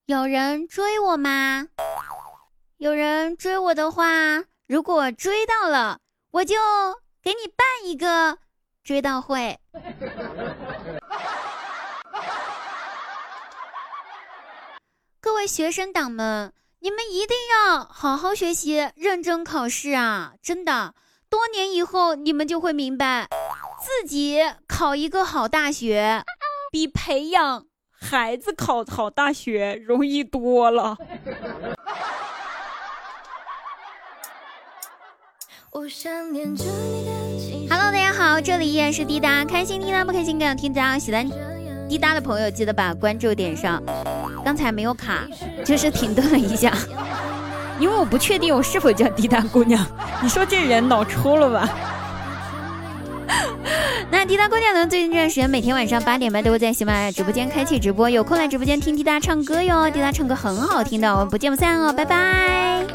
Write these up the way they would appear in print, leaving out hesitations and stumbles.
有人追我吗？有人追我的话，如果追到了，我就给你办一个追悼会。各位学生党们，你们一定要好好学习，认真考试啊！真的，多年以后你们就会明白，自己考一个好大学，比培养孩子考好大学容易多了。Hello， 大家好，这里依然是滴答，开心滴答，不开心更要听答。喜欢滴答的朋友记得把关注点上。刚才没有卡，就是停顿了一下，因为我不确定我是否叫滴答姑娘。你说这人脑抽了吧？那滴答姑娘呢？最近这段时间每天晚上8点半都会在喜马拉雅直播间开启直播，有空来直播间听滴答唱歌哟。滴答唱歌很好听的，我们不见不散哦，拜拜。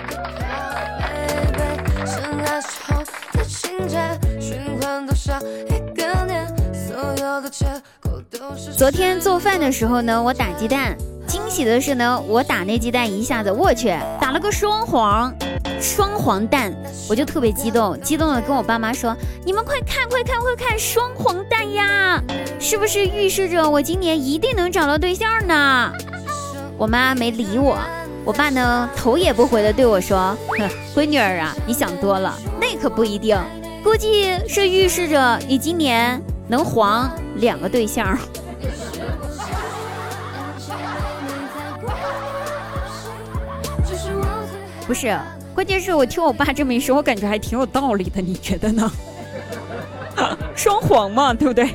昨天做饭的时候呢，我打鸡蛋，惊喜的是呢，我打那鸡蛋一下子，我去，打了个双黄蛋，我就特别激动的跟我爸妈说，你们快看双黄蛋呀，是不是预示着我今年一定能找到对象呢？我妈没理我，我爸呢头也不回的对我说，闺女儿啊，你想多了，那可不一定，估计是预示着你今年能黄2个对象。不是，关键是我听我爸这么一说，我感觉还挺有道理的，你觉得呢？双黄嘛，对不对？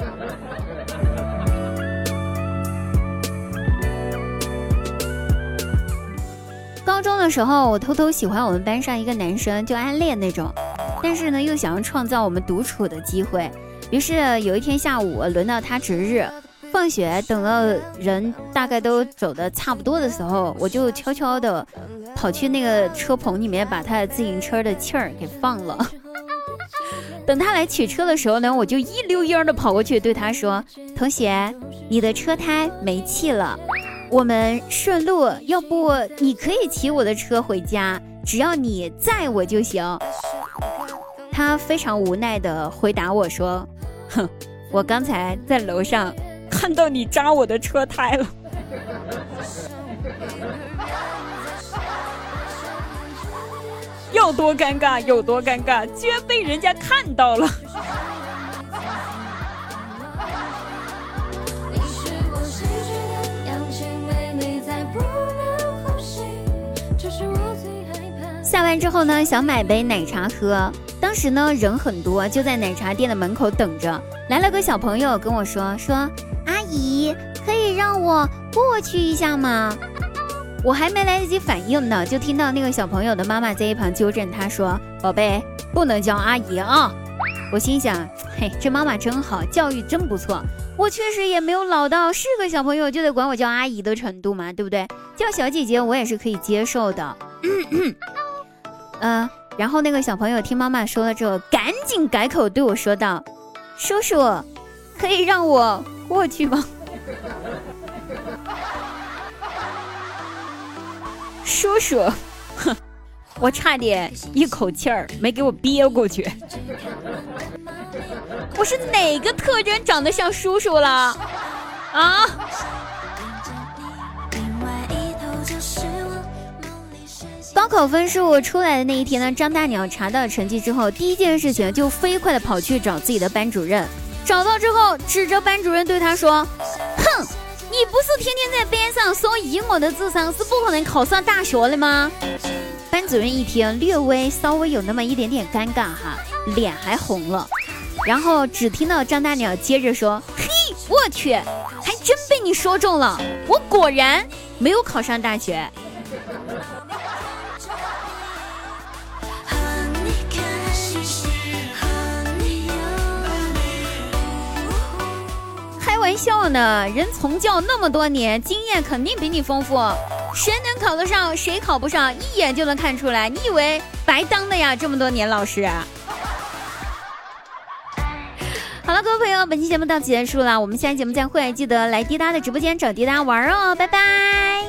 高中的时候，我偷偷喜欢我们班上一个男生，就暗恋那种，但是呢，又想要创造我们独处的机会。于是有一天下午，轮到他值日，放学等到人大概都走的差不多的时候，我就悄悄的跑去那个车棚里面，把他的自行车的气儿给放了。等他来取车的时候呢，我就一溜烟的跑过去对他说，同学，你的车胎没气了，我们顺路，要不你可以骑我的车回家，只要你载我就行。他非常无奈的回答我说，哼，我刚才在楼上看到你扎我的车胎了。有多尴尬有多尴尬，居然被人家看到了。下班之后呢，想买杯奶茶喝，当时呢人很多，就在奶茶店的门口等着。来了个小朋友跟我说，阿姨可以让我过去一下吗？我还没来得及反应呢，就听到那个小朋友的妈妈在一旁纠正他说，宝贝，不能叫阿姨啊。我心想，嘿，这妈妈真好，教育真不错，我确实也没有老到是个小朋友就得管我叫阿姨的程度嘛，对不对？叫小姐姐我也是可以接受的。然后那个小朋友听妈妈说了之后，赶紧改口对我说道，叔叔可以让我过去吗？叔叔，哼，我差点一口气儿没给我憋过去。我是哪个特征长得像叔叔了啊？高考分数出来的那一天呢，张大鸟查到成绩之后，第一件事情就飞快的跑去找自己的班主任，找到之后指着班主任对他说，哼，你不是天天在边上说以我的智商是不可能考上大学的吗？班主任一听，稍微有那么一点点尴尬哈，脸还红了，然后只听到张大鸟接着说，嘿，我去，还真被你说中了，我果然没有考上大学。开玩笑呢，人从教那么多年，经验肯定比你丰富，谁能考得上谁考不上一眼就能看出来，你以为白当的呀这么多年老师啊。好了，各位朋友，本期节目到此结束了，我们下期节目再会，记得来滴答的直播间找滴答玩哦，拜拜。